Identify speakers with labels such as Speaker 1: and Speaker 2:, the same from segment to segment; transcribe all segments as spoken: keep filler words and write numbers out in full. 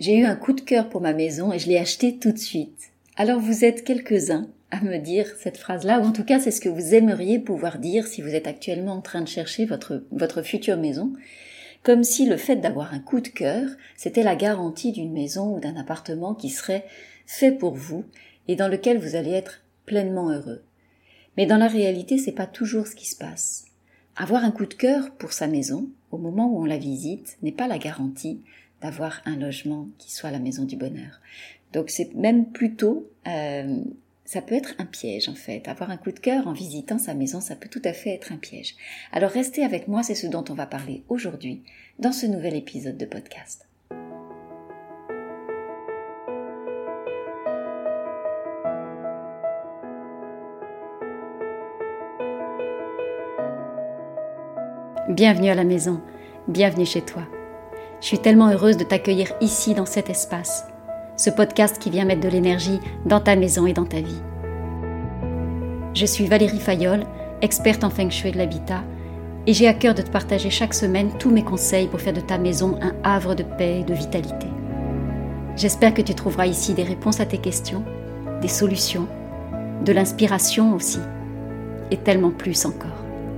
Speaker 1: J'ai eu un coup de cœur pour ma maison et je l'ai achetée tout de suite. Alors vous êtes quelques-uns à me dire cette phrase-là, ou en tout cas c'est ce que vous aimeriez pouvoir dire si vous êtes actuellement en train de chercher votre, votre future maison, comme si le fait d'avoir un coup de cœur, c'était la garantie d'une maison ou d'un appartement qui serait fait pour vous et dans lequel vous allez être pleinement heureux. Mais dans la réalité, c'est pas toujours ce qui se passe. Avoir un coup de cœur pour sa maison, au moment où on la visite, n'est pas la garantie d'avoir un logement qui soit la maison du bonheur. Donc c'est même plutôt, euh, ça peut être un piège en fait. Avoir un coup de cœur en visitant sa maison, ça peut tout à fait être un piège. Alors restez avec moi, c'est ce dont on va parler aujourd'hui dans ce nouvel épisode de podcast. Bienvenue à la maison, bienvenue chez toi. Je suis tellement heureuse de t'accueillir ici dans cet espace, ce podcast qui vient mettre de l'énergie dans ta maison et dans ta vie. Je suis Valérie Fayolle, experte en Feng Shui et de l'habitat, et j'ai à cœur de te partager chaque semaine tous mes conseils pour faire de ta maison un havre de paix et de vitalité. J'espère que tu trouveras ici des réponses à tes questions, des solutions, de l'inspiration aussi, et tellement plus encore.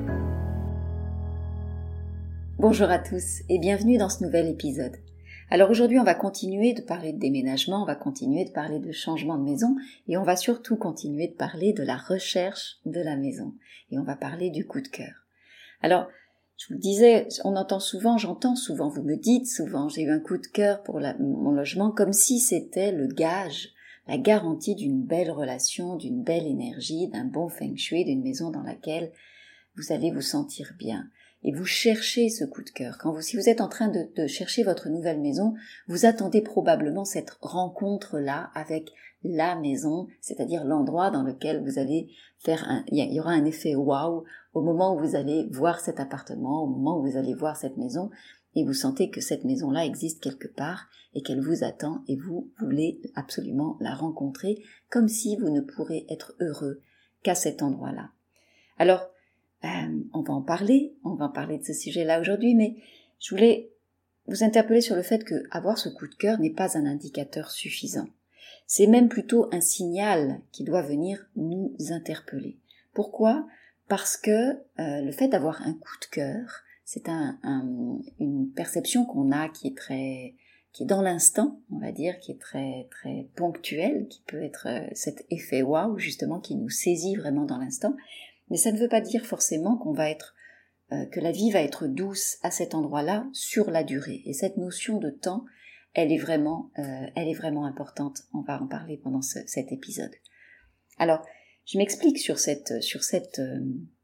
Speaker 1: Bonjour à tous et bienvenue dans ce nouvel épisode. Alors aujourd'hui on va continuer de parler de déménagement, on va continuer de parler de changement de maison et on va surtout continuer de parler de la recherche de la maison et on va parler du coup de cœur. Alors je vous le disais, on entend souvent, j'entends souvent, vous me dites souvent, j'ai eu un coup de cœur pour la, mon logement comme si c'était le gage, la garantie d'une belle relation, d'une belle énergie, d'un bon feng shui, d'une maison dans laquelle vous allez vous sentir bien. Et vous cherchez ce coup de cœur. Quand vous, si vous êtes en train de, de chercher votre nouvelle maison, vous attendez probablement cette rencontre-là avec la maison, c'est-à-dire l'endroit dans lequel vous allez faire un, il y aura un effet waouh au moment où vous allez voir cet appartement, au moment où vous allez voir cette maison, et vous sentez que cette maison-là existe quelque part et qu'elle vous attend et vous voulez absolument la rencontrer, comme si vous ne pourrez être heureux qu'à cet endroit-là. Alors, Euh, on va en parler, on va en parler de ce sujet-là aujourd'hui, mais je voulais vous interpeller sur le fait que avoir ce coup de cœur n'est pas un indicateur suffisant. C'est même plutôt un signal qui doit venir nous interpeller. Pourquoi ? Parce que euh, le fait d'avoir un coup de cœur, c'est un, un, une perception qu'on a qui est très, qui est dans l'instant, on va dire, qui est très très ponctuelle, qui peut être euh, cet effet waouh justement qui nous saisit vraiment dans l'instant. Mais ça ne veut pas dire forcément qu'on va être, euh, que la vie va être douce à cet endroit-là sur la durée. Et cette notion de temps, elle est vraiment, euh, elle est vraiment importante. On va en parler pendant ce, cet épisode. Alors, je m'explique sur cette, sur cette, euh,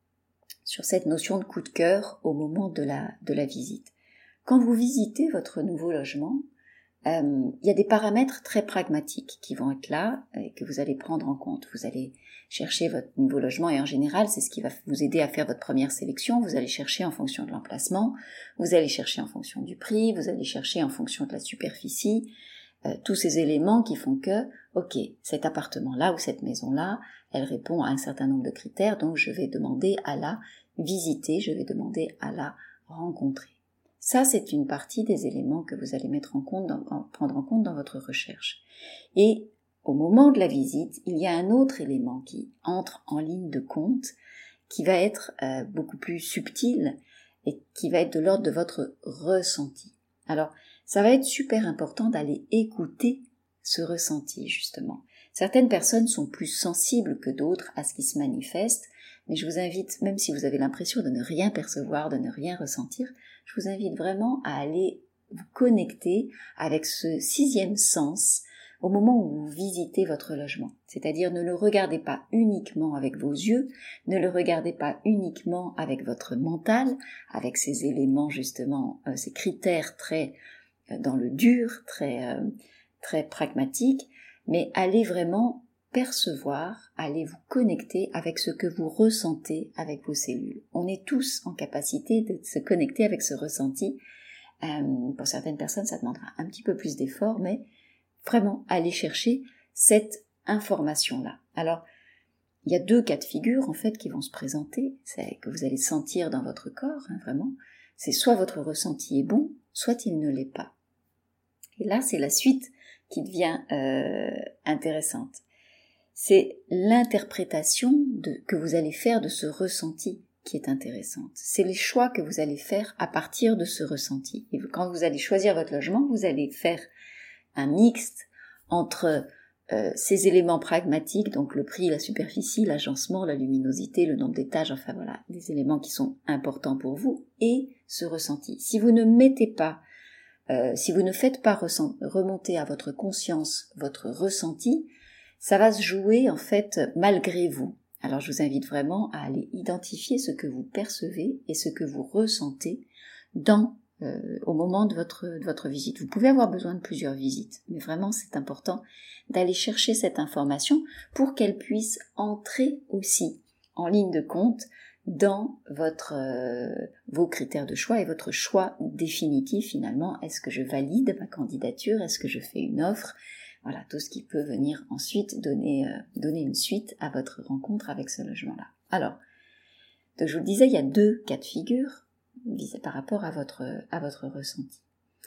Speaker 1: sur cette notion de coup de cœur au moment de la, de la visite. Quand vous visitez votre nouveau logement, Euh, il y a des paramètres très pragmatiques qui vont être là et que vous allez prendre en compte. Vous allez chercher votre nouveau logement et en général, c'est ce qui va vous aider à faire votre première sélection. Vous allez chercher en fonction de l'emplacement, vous allez chercher en fonction du prix, vous allez chercher en fonction de la superficie, euh, tous ces éléments qui font que, ok, cet appartement-là ou cette maison-là, elle répond à un certain nombre de critères, donc je vais demander à la visiter, je vais demander à la rencontrer. Ça, c'est une partie des éléments que vous allez mettre en compte, dans, en, prendre en compte dans votre recherche. Et au moment de la visite, il y a un autre élément qui entre en ligne de compte, qui va être euh, beaucoup plus subtil et qui va être de l'ordre de votre ressenti. Alors, ça va être super important d'aller écouter ce ressenti, justement. Certaines personnes sont plus sensibles que d'autres à ce qui se manifeste, mais je vous invite, même si vous avez l'impression de ne rien percevoir, de ne rien ressentir, je vous invite vraiment à aller vous connecter avec ce sixième sens au moment où vous visitez votre logement. C'est-à-dire ne le regardez pas uniquement avec vos yeux, ne le regardez pas uniquement avec votre mental, avec ces éléments justement, euh, ces critères très euh, dans le dur, très, euh, très pragmatiques, mais allez vraiment percevoir, allez vous connecter avec ce que vous ressentez avec vos cellules. On est tous en capacité de se connecter avec ce ressenti. Euh, pour certaines personnes, ça demandera un petit peu plus d'effort, mais vraiment aller chercher cette information-là. Alors, il y a deux cas de figure en fait qui vont se présenter, c'est que vous allez sentir dans votre corps, hein, vraiment. C'est soit votre ressenti est bon, soit il ne l'est pas. Et là, c'est la suite qui devient euh, intéressante. C'est l'interprétation de, que vous allez faire de ce ressenti qui est intéressante. C'est les choix que vous allez faire à partir de ce ressenti. Et quand vous allez choisir votre logement, vous allez faire un mixte entre euh, ces éléments pragmatiques, donc le prix, la superficie, l'agencement, la luminosité, le nombre d'étages, enfin voilà, des éléments qui sont importants pour vous, et ce ressenti. Si vous ne mettez pas, euh, si vous ne faites pas ressent- remonter à votre conscience votre ressenti, ça va se jouer en fait malgré vous. Alors je vous invite vraiment à aller identifier ce que vous percevez et ce que vous ressentez dans, euh, au moment de votre, de votre visite. Vous pouvez avoir besoin de plusieurs visites, mais vraiment c'est important d'aller chercher cette information pour qu'elle puisse entrer aussi en ligne de compte dans votre, euh, vos critères de choix et votre choix définitif finalement. Est-ce que je valide ma candidature? Est-ce que je fais une offre? Voilà, tout ce qui peut venir ensuite donner, euh, donner une suite à votre rencontre avec ce logement-là. Alors, donc je vous le disais, il y a deux cas de figure par rapport à votre, à votre ressenti.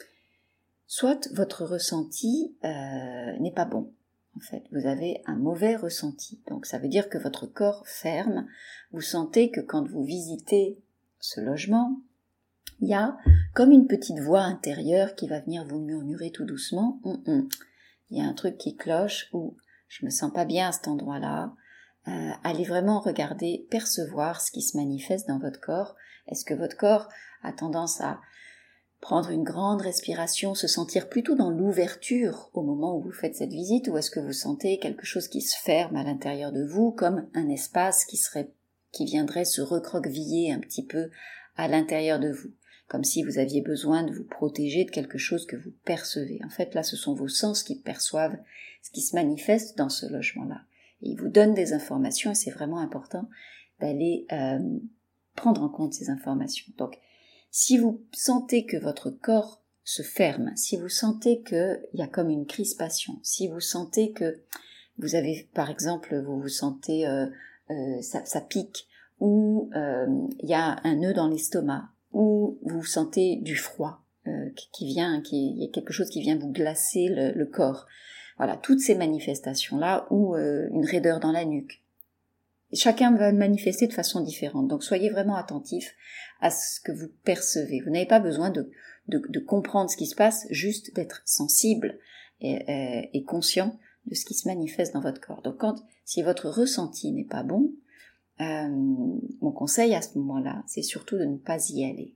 Speaker 1: Soit votre ressenti euh, n'est pas bon. En fait, vous avez un mauvais ressenti. Donc ça veut dire que votre corps ferme. Vous sentez que quand vous visitez ce logement, il y a comme une petite voix intérieure qui va venir vous murmurer tout doucement hum, hum. Il y a un truc qui cloche ou je me sens pas bien à cet endroit-là. Euh, allez vraiment regarder, percevoir ce qui se manifeste dans votre corps. Est-ce que votre corps a tendance à prendre une grande respiration, se sentir plutôt dans l'ouverture au moment où vous faites cette visite, ou est-ce que vous sentez quelque chose qui se ferme à l'intérieur de vous, comme un espace qui serait, qui viendrait se recroqueviller un petit peu à l'intérieur de vous? Comme si vous aviez besoin de vous protéger de quelque chose que vous percevez. En fait, là, ce sont vos sens qui perçoivent ce qui se manifeste dans ce logement-là. Et ils vous donnent des informations et c'est vraiment important d'aller euh, prendre en compte ces informations. Donc, si vous sentez que votre corps se ferme, si vous sentez qu'il y a comme une crispation, si vous sentez que vous avez, par exemple, vous vous sentez, euh, euh, ça, ça pique, ou euh, il y a un nœud dans l'estomac, ou vous sentez du froid euh, qui vient, qui, il y a quelque chose qui vient vous glacer le, le corps. Voilà, toutes ces manifestations-là, ou euh, une raideur dans la nuque. Et chacun va le manifester de façon différente. Donc soyez vraiment attentifs à ce que vous percevez. Vous n'avez pas besoin de, de, de comprendre ce qui se passe, juste d'être sensible et, et, et conscient de ce qui se manifeste dans votre corps. Donc quand, si votre ressenti n'est pas bon, Euh, mon conseil à ce moment-là, c'est surtout de ne pas y aller.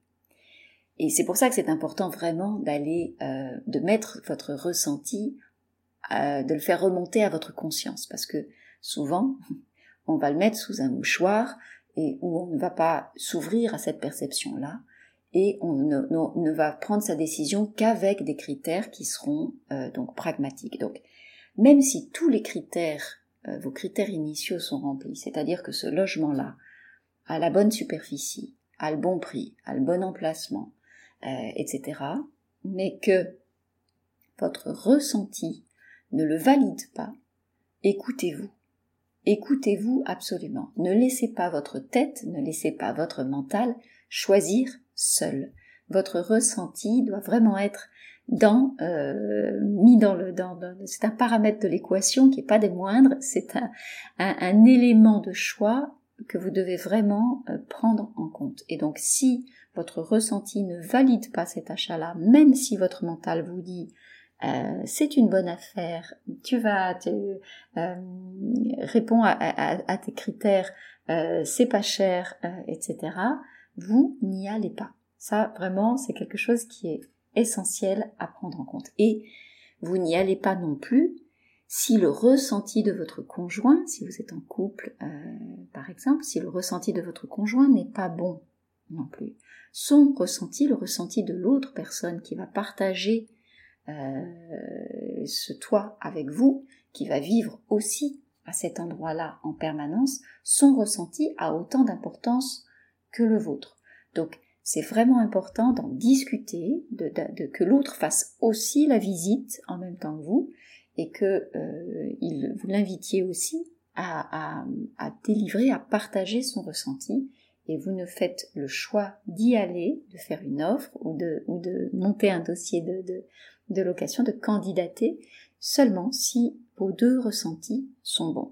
Speaker 1: Et c'est pour ça que c'est important vraiment d'aller, euh, de mettre votre ressenti, euh, de le faire remonter à votre conscience, parce que souvent, on va le mettre sous un mouchoir et où on ne va pas s'ouvrir à cette perception-là, et on ne, ne, ne va prendre sa décision qu'avec des critères qui seront euh, donc pragmatiques. Donc, même si tous les critères vos critères initiaux sont remplis, c'est-à-dire que ce logement-là a la bonne superficie, a le bon prix, a le bon emplacement, euh, et cetera, mais que votre ressenti ne le valide pas, écoutez-vous. Écoutez-vous absolument. Ne laissez pas votre tête, ne laissez pas votre mental choisir seul. Votre ressenti doit vraiment être dans euh, mis dans le dans, dans c'est un paramètre de l'équation qui est pas des moindres, c'est un, un, un élément de choix que vous devez vraiment euh, prendre en compte. Et donc si votre ressenti ne valide pas cet achat-là, même si votre mental vous dit euh, c'est une bonne affaire, tu vas tu, euh, réponds à, à, à tes critères, euh, c'est pas cher, euh, et cetera. Vous n'y allez pas. Ça vraiment c'est quelque chose qui est essentiel à prendre en compte. Et vous n'y allez pas non plus si le ressenti de votre conjoint, si vous êtes en couple euh, par exemple, si le ressenti de votre conjoint n'est pas bon non plus. Son ressenti, le ressenti de l'autre personne qui va partager euh, ce toit avec vous, qui va vivre aussi à cet endroit-là en permanence, son ressenti a autant d'importance que le vôtre. Donc c'est vraiment important d'en discuter, de, de, de, que l'autre fasse aussi la visite en même temps que vous, et que euh, il, vous l'invitiez aussi à, à, à délivrer, à partager son ressenti, et vous ne faites le choix d'y aller, de faire une offre, ou de, ou de monter un dossier de, de, de location, de candidater seulement si vos deux ressentis sont bons.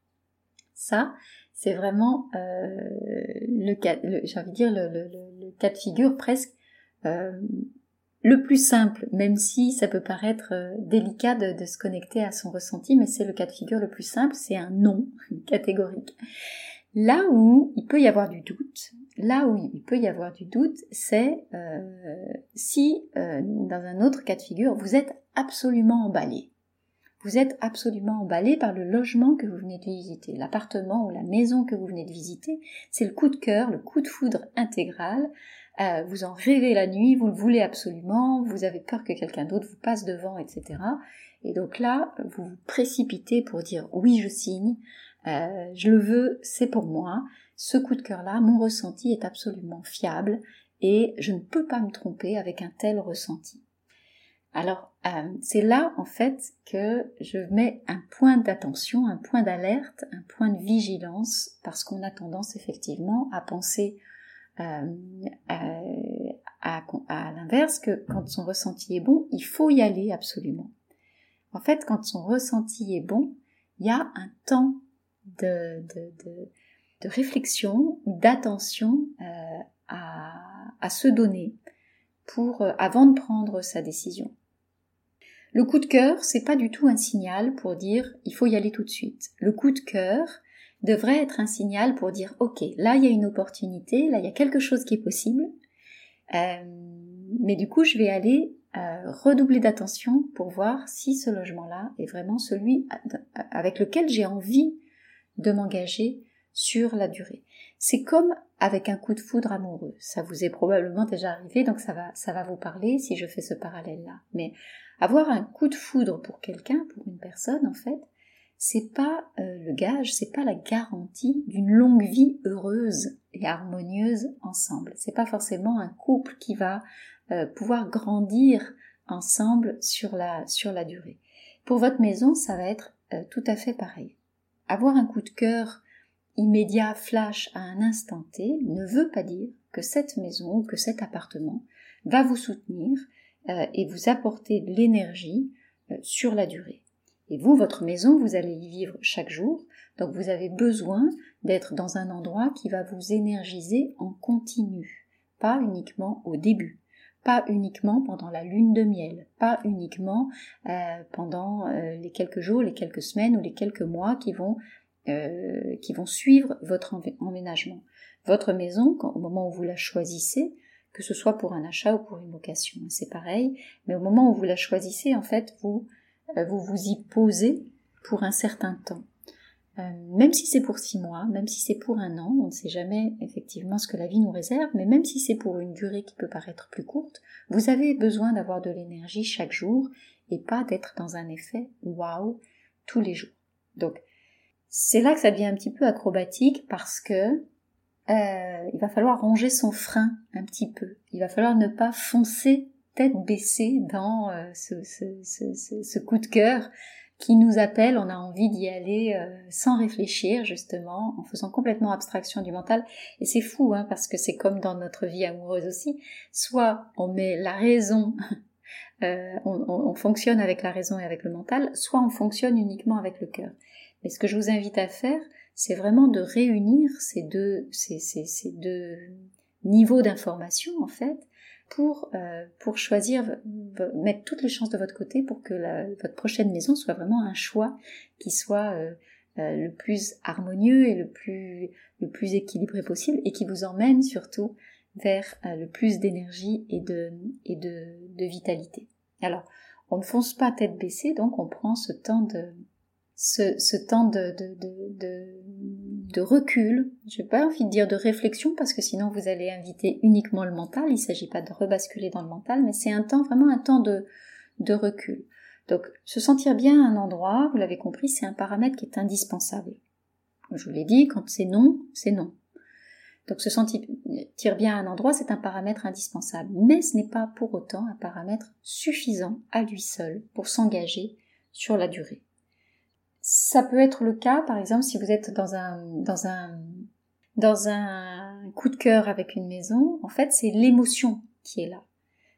Speaker 1: Ça, c'est vraiment euh, le cas, le, j'ai envie de dire le, le, le, le cas de figure presque euh, le plus simple, même si ça peut paraître euh, délicat de, de se connecter à son ressenti, mais c'est le cas de figure le plus simple, c'est un non catégorique. Là où il peut y avoir du doute, là où il peut y avoir du doute, c'est euh, si euh, dans un autre cas de figure, vous êtes absolument emballé. Vous êtes absolument emballé par le logement que vous venez de visiter, l'appartement ou la maison que vous venez de visiter, c'est le coup de cœur, le coup de foudre intégral. Euh, vous en rêvez la nuit, vous le voulez absolument, vous avez peur que quelqu'un d'autre vous passe devant, et cetera. Et donc là, vous vous précipitez pour dire oui, je signe, euh, je le veux, c'est pour moi. Ce coup de cœur-là, mon ressenti est absolument fiable et je ne peux pas me tromper avec un tel ressenti. Alors, euh, c'est là en fait que je mets un point d'attention, un point d'alerte, un point de vigilance, parce qu'on a tendance effectivement à penser Euh, à, à, à l'inverse, que quand son ressenti est bon, il faut y aller absolument. En fait, quand son ressenti est bon, il y a un temps de, de, de, de réflexion ou d'attention euh, à, à se donner pour, euh, avant de prendre sa décision. Le coup de cœur, c'est pas du tout un signal pour dire il faut y aller tout de suite. Le coup de cœur devrait être un signal pour dire ok, là il y a une opportunité, là il y a quelque chose qui est possible, euh, mais du coup je vais aller euh, redoubler d'attention pour voir si ce logement-là est vraiment celui avec lequel j'ai envie de m'engager sur la durée. C'est comme avec un coup de foudre amoureux, ça vous est probablement déjà arrivé, donc ça va, ça va vous parler si je fais ce parallèle-là. Mais avoir un coup de foudre pour quelqu'un, pour une personne en fait, c'est pas euh, le gage, c'est pas la garantie d'une longue vie heureuse et harmonieuse ensemble. C'est pas forcément un couple qui va euh, pouvoir grandir ensemble sur la, sur la durée. Pour votre maison, ça va être euh, tout à fait pareil. Avoir un coup de cœur immédiat, flash, à un instant T, ne veut pas dire que cette maison ou que cet appartement va vous soutenir euh, et vous apporter de l'énergie euh, sur la durée. Et vous, votre maison, vous allez y vivre chaque jour, donc vous avez besoin d'être dans un endroit qui va vous énergiser en continu, pas uniquement au début, pas uniquement pendant la lune de miel, pas uniquement euh, pendant euh, les quelques jours, les quelques semaines ou les quelques mois qui vont, euh, qui vont suivre votre emménagement. Votre maison, quand, au moment où vous la choisissez, que ce soit pour un achat ou pour une location, c'est pareil, mais au moment où vous la choisissez, en fait, vous vous vous y posez pour un certain temps. Euh, même si c'est pour six mois, même si c'est pour un an, on ne sait jamais effectivement ce que la vie nous réserve, mais même si c'est pour une durée qui peut paraître plus courte, vous avez besoin d'avoir de l'énergie chaque jour et pas d'être dans un effet waouh tous les jours. Donc, c'est là que ça devient un petit peu acrobatique parce que euh, il va falloir ronger son frein un petit peu. Il va falloir ne pas foncer tête baissée dans euh, ce, ce, ce, ce, ce coup de cœur qui nous appelle, on a envie d'y aller euh, sans réfléchir justement, en faisant complètement abstraction du mental. Et c'est fou, hein, parce que c'est comme dans notre vie amoureuse aussi, soit on met la raison, euh, on, on, on fonctionne avec la raison et avec le mental, soit on fonctionne uniquement avec le cœur. Mais ce que je vous invite à faire, c'est vraiment de réunir ces deux, ces, ces, ces deux niveaux d'information en fait, pour euh, pour choisir, mettre toutes les chances de votre côté pour que la, votre prochaine maison soit vraiment un choix qui soit euh, euh, le plus harmonieux et le plus le plus équilibré possible et qui vous emmène surtout vers euh, le plus d'énergie et de et de, de vitalité. Alors, on ne fonce pas tête baissée, donc on prend ce temps de ce, ce temps de, de, de, de, de recul, je n'ai pas envie de dire de réflexion parce que sinon vous allez inviter uniquement le mental, il ne s'agit pas de rebasculer dans le mental, mais c'est un temps, vraiment un temps de, de recul. Donc se sentir bien à un endroit, vous l'avez compris, c'est un paramètre qui est indispensable. Je vous l'ai dit, quand c'est non, c'est non. Donc se sentir bien à un endroit, c'est un paramètre indispensable, mais ce n'est pas pour autant un paramètre suffisant à lui seul pour s'engager sur la durée. Ça peut être le cas, par exemple, si vous êtes dans un, dans un, dans un coup de cœur avec une maison, en fait, c'est l'émotion qui est là.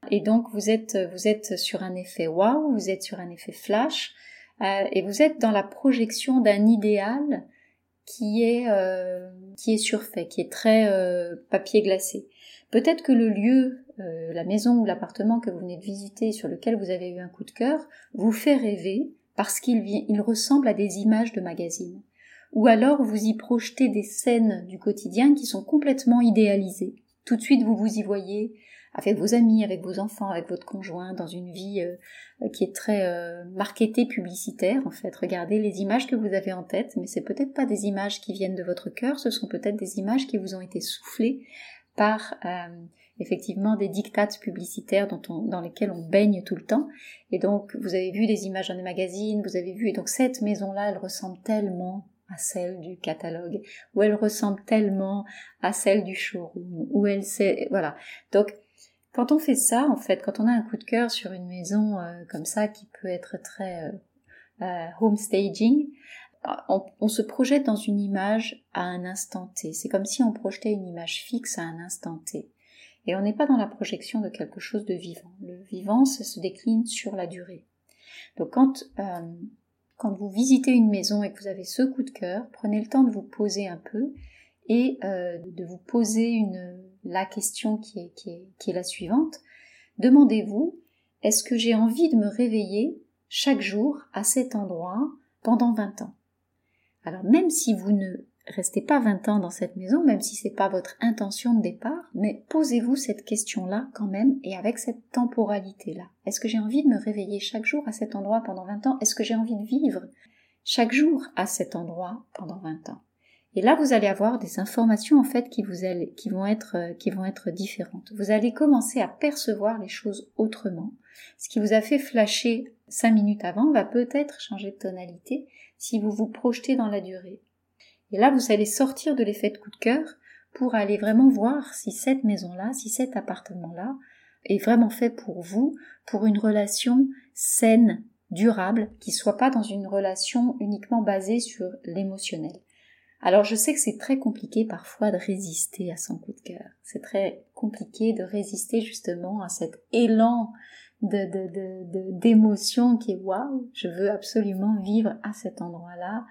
Speaker 1: Et donc vous êtes, vous êtes sur un effet waouh, vous êtes sur un effet flash, euh, et vous êtes dans la projection d'un idéal qui est, euh, qui est surfait, qui est très euh, papier glacé. Peut-être que le lieu, euh, la maison ou l'appartement que vous venez de visiter, sur lequel vous avez eu un coup de cœur, vous fait rêver parce qu'il vient, il ressemble à des images de magazines. Ou alors vous y projetez des scènes du quotidien qui sont complètement idéalisées. Tout de suite vous vous y voyez avec vos amis, avec vos enfants, avec votre conjoint, dans une vie euh, qui est très euh, marketée, publicitaire en fait. Regardez les images que vous avez en tête, mais c'est peut-être pas des images qui viennent de votre cœur, ce sont peut-être des images qui vous ont été soufflées par euh, effectivement des dictates publicitaires dont on, dans lesquels on baigne tout le temps. Et donc vous avez vu des images dans des magazines, vous avez vu, et donc cette maison-là, elle ressemble tellement à celle du catalogue, ou elle ressemble tellement à celle du showroom, ou elle sait, voilà. Donc quand on fait ça, en fait, quand on a un coup de cœur sur une maison euh, comme ça, qui peut être très euh, euh, home staging, on, on se projette dans une image à un instant T. C'est comme si on projetait une image fixe à un instant T. Et on n'est pas dans la projection de quelque chose de vivant. Le vivant, ça se décline sur la durée. Donc quand, euh, quand vous visitez une maison et que vous avez ce coup de cœur, prenez le temps de vous poser un peu et euh, de vous poser une, la question qui est, qui, est, qui est la suivante. Demandez-vous, est-ce que j'ai envie de me réveiller chaque jour à cet endroit pendant vingt ans? Alors même si vous ne restez pas vingt ans dans cette maison, même si c'est pas votre intention de départ, mais posez-vous cette question-là quand même et avec cette temporalité-là. Est-ce que j'ai envie de me réveiller chaque jour à cet endroit pendant vingt ans? Est-ce que j'ai envie de vivre chaque jour à cet endroit pendant vingt ans? Et là, vous allez avoir des informations en fait qui vous allez, qui vont être, euh, qui vont être différentes. Vous allez commencer à percevoir les choses autrement. Ce qui vous a fait flasher cinq minutes avant va peut-être changer de tonalité si vous vous projetez dans la durée. Et là, vous allez sortir de l'effet de coup de cœur pour aller vraiment voir si cette maison-là, si cet appartement-là est vraiment fait pour vous, pour une relation saine, durable, qui soit pas dans une relation uniquement basée sur l'émotionnel. Alors je sais que c'est très compliqué parfois de résister à son coup de cœur. C'est très compliqué de résister justement à cet élan de, de, de, de, d'émotion qui est waouh, je veux absolument vivre à cet endroit-là,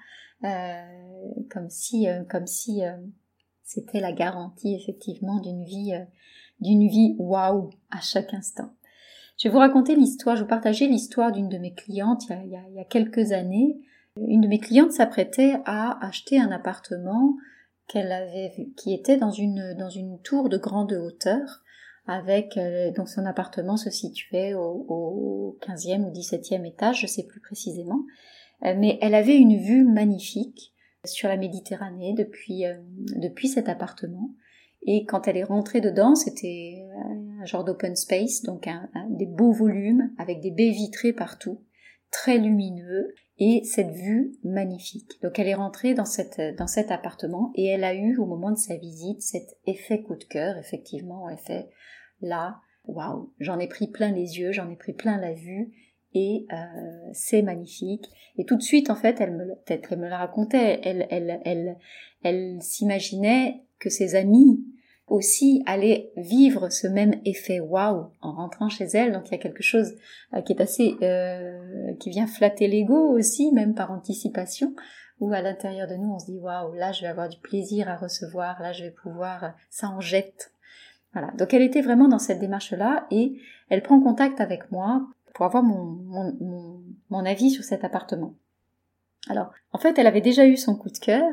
Speaker 1: euh, comme si, euh, comme si euh, c'était la garantie effectivement d'une vie, euh, d'une vie waouh à chaque instant. Je vais vous raconter l'histoire, je vais vous partager l'histoire d'une de mes clientes il y a, il y a, il y a quelques années. Une de mes clientes s'apprêtait à acheter un appartement qu'elle avait vu, qui était dans une, dans une tour de grande hauteur, avec, euh, donc son appartement se situait au, au quinzième ou dix-septième étage, je sais plus précisément, euh, mais elle avait une vue magnifique sur la Méditerranée depuis, euh, depuis cet appartement, et quand elle est rentrée dedans, c'était un genre d'open space, donc un, un, des beaux volumes, avec des baies vitrées partout, très lumineux, et cette vue magnifique. Donc elle est rentrée dans, cette, dans cet appartement et elle a eu au moment de sa visite cet effet coup de cœur, effectivement, effet là, waouh, j'en ai pris plein les yeux, j'en ai pris plein la vue et euh, c'est magnifique. Et tout de suite, en fait, elle me, peut-être elle me la racontait, elle, elle, elle, elle s'imaginait que ses amis aussi aller vivre ce même effet waouh en rentrant chez elle. Donc il y a quelque chose euh, qui est assez euh, qui vient flatter l'ego aussi, même par anticipation, où à l'intérieur de nous on se dit waouh, là je vais avoir du plaisir à recevoir, là je vais pouvoir, ça en jette. Voilà. Donc elle était vraiment dans cette démarche là et elle prend contact avec moi pour avoir mon mon mon, mon avis sur cet appartement. Alors en fait elle avait déjà eu son coup de cœur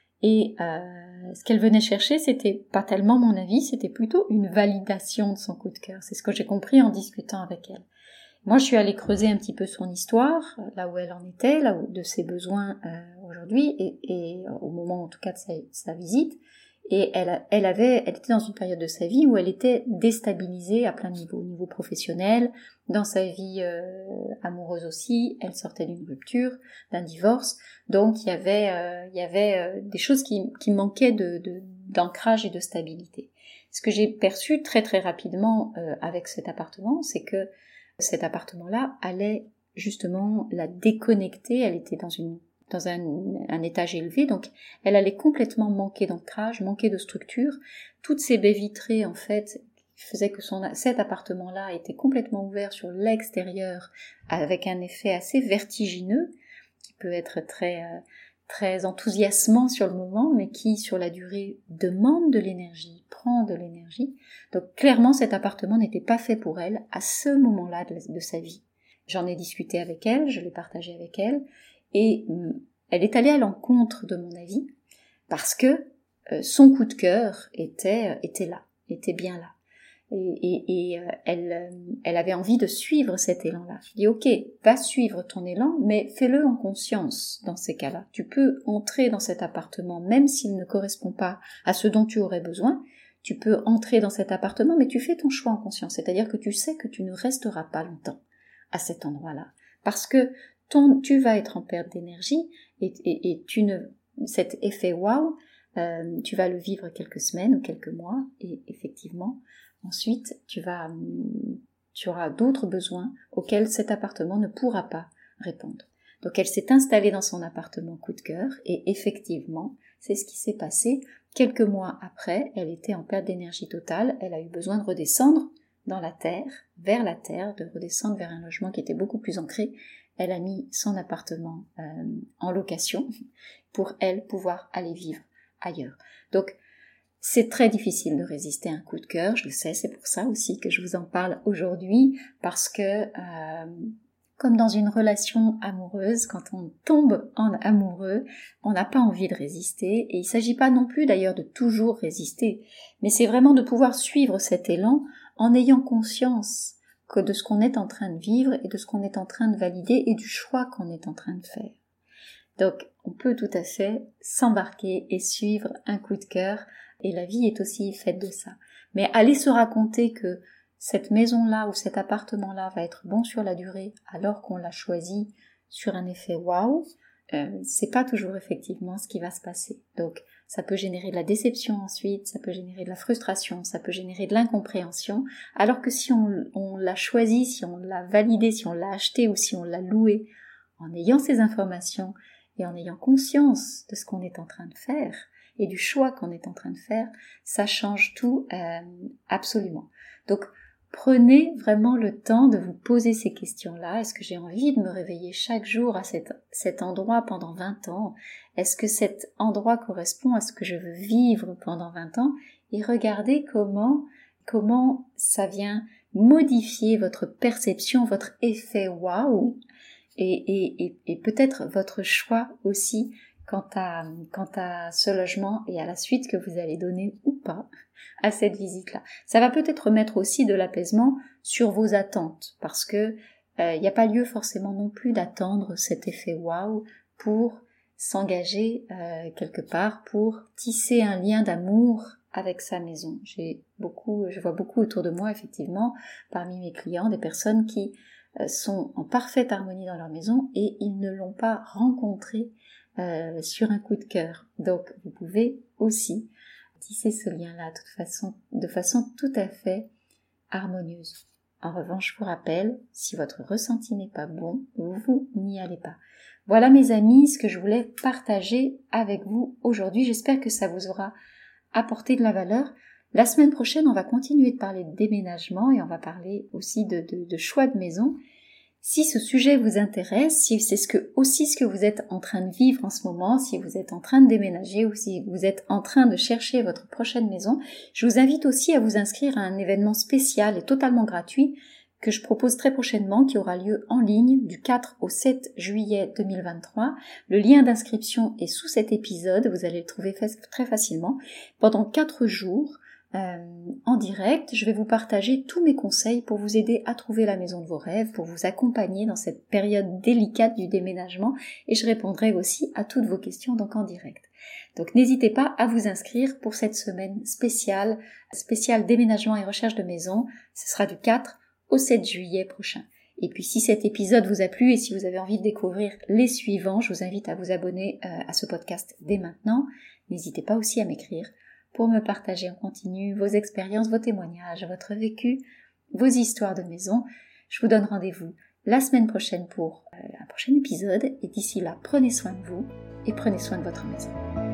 Speaker 1: et euh, ce qu'elle venait chercher, c'était pas tellement mon avis, c'était plutôt une validation de son coup de cœur. C'est ce que j'ai compris en discutant avec elle. Moi, je suis allée creuser un petit peu son histoire, là où elle en était, là où de ses besoins euh, aujourd'hui, et, et au moment en tout cas de sa, de sa visite. Et elle, elle avait, elle était dans une période de sa vie où elle était déstabilisée à plein de niveaux, au niveau professionnel, dans sa vie euh, amoureuse aussi. Elle sortait d'une rupture, d'un divorce, donc il y avait, euh, il y avait euh, des choses qui, qui manquaient de, de, d'ancrage et de stabilité. Ce que j'ai perçu très très rapidement euh, avec cet appartement, c'est que cet appartement-là allait justement la déconnecter. Elle était dans une dans un, un étage élevé, donc elle allait complètement manquer d'ancrage, manquer de structure. Toutes ces baies vitrées, en fait, faisait que son, cet appartement-là était complètement ouvert sur l'extérieur, avec un effet assez vertigineux, qui peut être très, euh, très enthousiasmant sur le moment, mais qui, sur la durée, demande de l'énergie, prend de l'énergie. Donc clairement, cet appartement n'était pas fait pour elle à ce moment-là de, de sa vie. J'en ai discuté avec elle, je l'ai partagé avec elle, et hum, elle est allée à l'encontre de mon avis, parce que euh, son coup de cœur était, euh, était là, était bien là. Et, et, et euh, elle, euh, elle avait envie de suivre cet élan-là. Je dis, ok, va suivre ton élan, mais fais-le en conscience dans ces cas-là. Tu peux entrer dans cet appartement, même s'il ne correspond pas à ce dont tu aurais besoin. Tu peux entrer dans cet appartement, mais tu fais ton choix en conscience. C'est-à-dire que tu sais que tu ne resteras pas longtemps à cet endroit-là. Parce que ton, tu vas être en perte d'énergie, et, et, et tu ne, cet effet wow, euh, tu vas le vivre quelques semaines ou quelques mois, et effectivement, ensuite, tu vas, tu auras d'autres besoins auxquels cet appartement ne pourra pas répondre. Donc elle s'est installée dans son appartement coup de cœur, et effectivement, c'est ce qui s'est passé. Quelques mois après, elle était en perte d'énergie totale, elle a eu besoin de redescendre dans la terre, vers la terre, de redescendre vers un logement qui était beaucoup plus ancré. Elle a mis son appartement euh, en location pour elle pouvoir aller vivre ailleurs. Donc, c'est très difficile de résister à un coup de cœur, je le sais, c'est pour ça aussi que je vous en parle aujourd'hui, parce que euh, comme dans une relation amoureuse, quand on tombe en amoureux, on n'a pas envie de résister, et il ne s'agit pas non plus d'ailleurs de toujours résister, mais c'est vraiment de pouvoir suivre cet élan en ayant conscience que de ce qu'on est en train de vivre et de ce qu'on est en train de valider et du choix qu'on est en train de faire. Donc, on peut tout à fait s'embarquer et suivre un coup de cœur, et la vie est aussi faite de ça. Mais aller se raconter que cette maison-là ou cet appartement-là va être bon sur la durée, alors qu'on l'a choisi sur un effet waouh, euh, c'est pas toujours effectivement ce qui va se passer. Donc, ça peut générer de la déception ensuite, ça peut générer de la frustration, ça peut générer de l'incompréhension, alors que si on, on l'a choisi, si on l'a validé, si on l'a acheté ou si on l'a loué, en ayant ces informations et en ayant conscience de ce qu'on est en train de faire et du choix qu'on est en train de faire, ça change tout euh, absolument. Donc, prenez vraiment le temps de vous poser ces questions-là. Est-ce que j'ai envie de me réveiller chaque jour à cet, cet endroit pendant vingt ans? Est-ce que cet endroit correspond à ce que je veux vivre pendant vingt ans? Et regardez comment, comment ça vient modifier votre perception, votre effet waouh, et, et, et, et peut-être votre choix aussi quant à, quant à ce logement et à la suite que vous allez donner ou pas à cette visite-là. Ça va peut-être mettre aussi de l'apaisement sur vos attentes, parce que il euh, n'y a pas lieu forcément non plus d'attendre cet effet waouh pour s'engager euh, quelque part, pour tisser un lien d'amour avec sa maison. J'ai beaucoup, je vois beaucoup autour de moi effectivement, parmi mes clients, des personnes qui euh, sont en parfaite harmonie dans leur maison et ils ne l'ont pas rencontrée euh, sur un coup de cœur. Donc vous pouvez aussi tisser ce lien-là de toute façon, de façon tout à fait harmonieuse. En revanche, je vous rappelle, si votre ressenti n'est pas bon, vous n'y allez pas. Voilà mes amis, ce que je voulais partager avec vous aujourd'hui. J'espère que ça vous aura apporté de la valeur. La semaine prochaine, on va continuer de parler de déménagement et on va parler aussi de, de, de choix de maison. Si ce sujet vous intéresse, si c'est ce que, aussi ce que vous êtes en train de vivre en ce moment, si vous êtes en train de déménager ou si vous êtes en train de chercher votre prochaine maison, je vous invite aussi à vous inscrire à un événement spécial et totalement gratuit que je propose très prochainement, qui aura lieu en ligne du quatre au sept juillet deux mille vingt-trois. Le lien d'inscription est sous cet épisode, vous allez le trouver très facilement. Pendant quatre jours, Euh, en direct, je vais vous partager tous mes conseils pour vous aider à trouver la maison de vos rêves, pour vous accompagner dans cette période délicate du déménagement, et je répondrai aussi à toutes vos questions donc en direct. Donc n'hésitez pas à vous inscrire pour cette semaine spéciale, spéciale déménagement et recherche de maison. Ce sera du quatre au sept juillet prochain. Et puis si cet épisode vous a plu et si vous avez envie de découvrir les suivants, je vous invite à vous abonner euh, à ce podcast dès maintenant. N'hésitez pas aussi à m'écrire pour me partager en continu vos expériences, vos témoignages, votre vécu, vos histoires de maison. Je vous donne rendez-vous la semaine prochaine pour euh, un prochain épisode. Et d'ici là, prenez soin de vous et prenez soin de votre maison.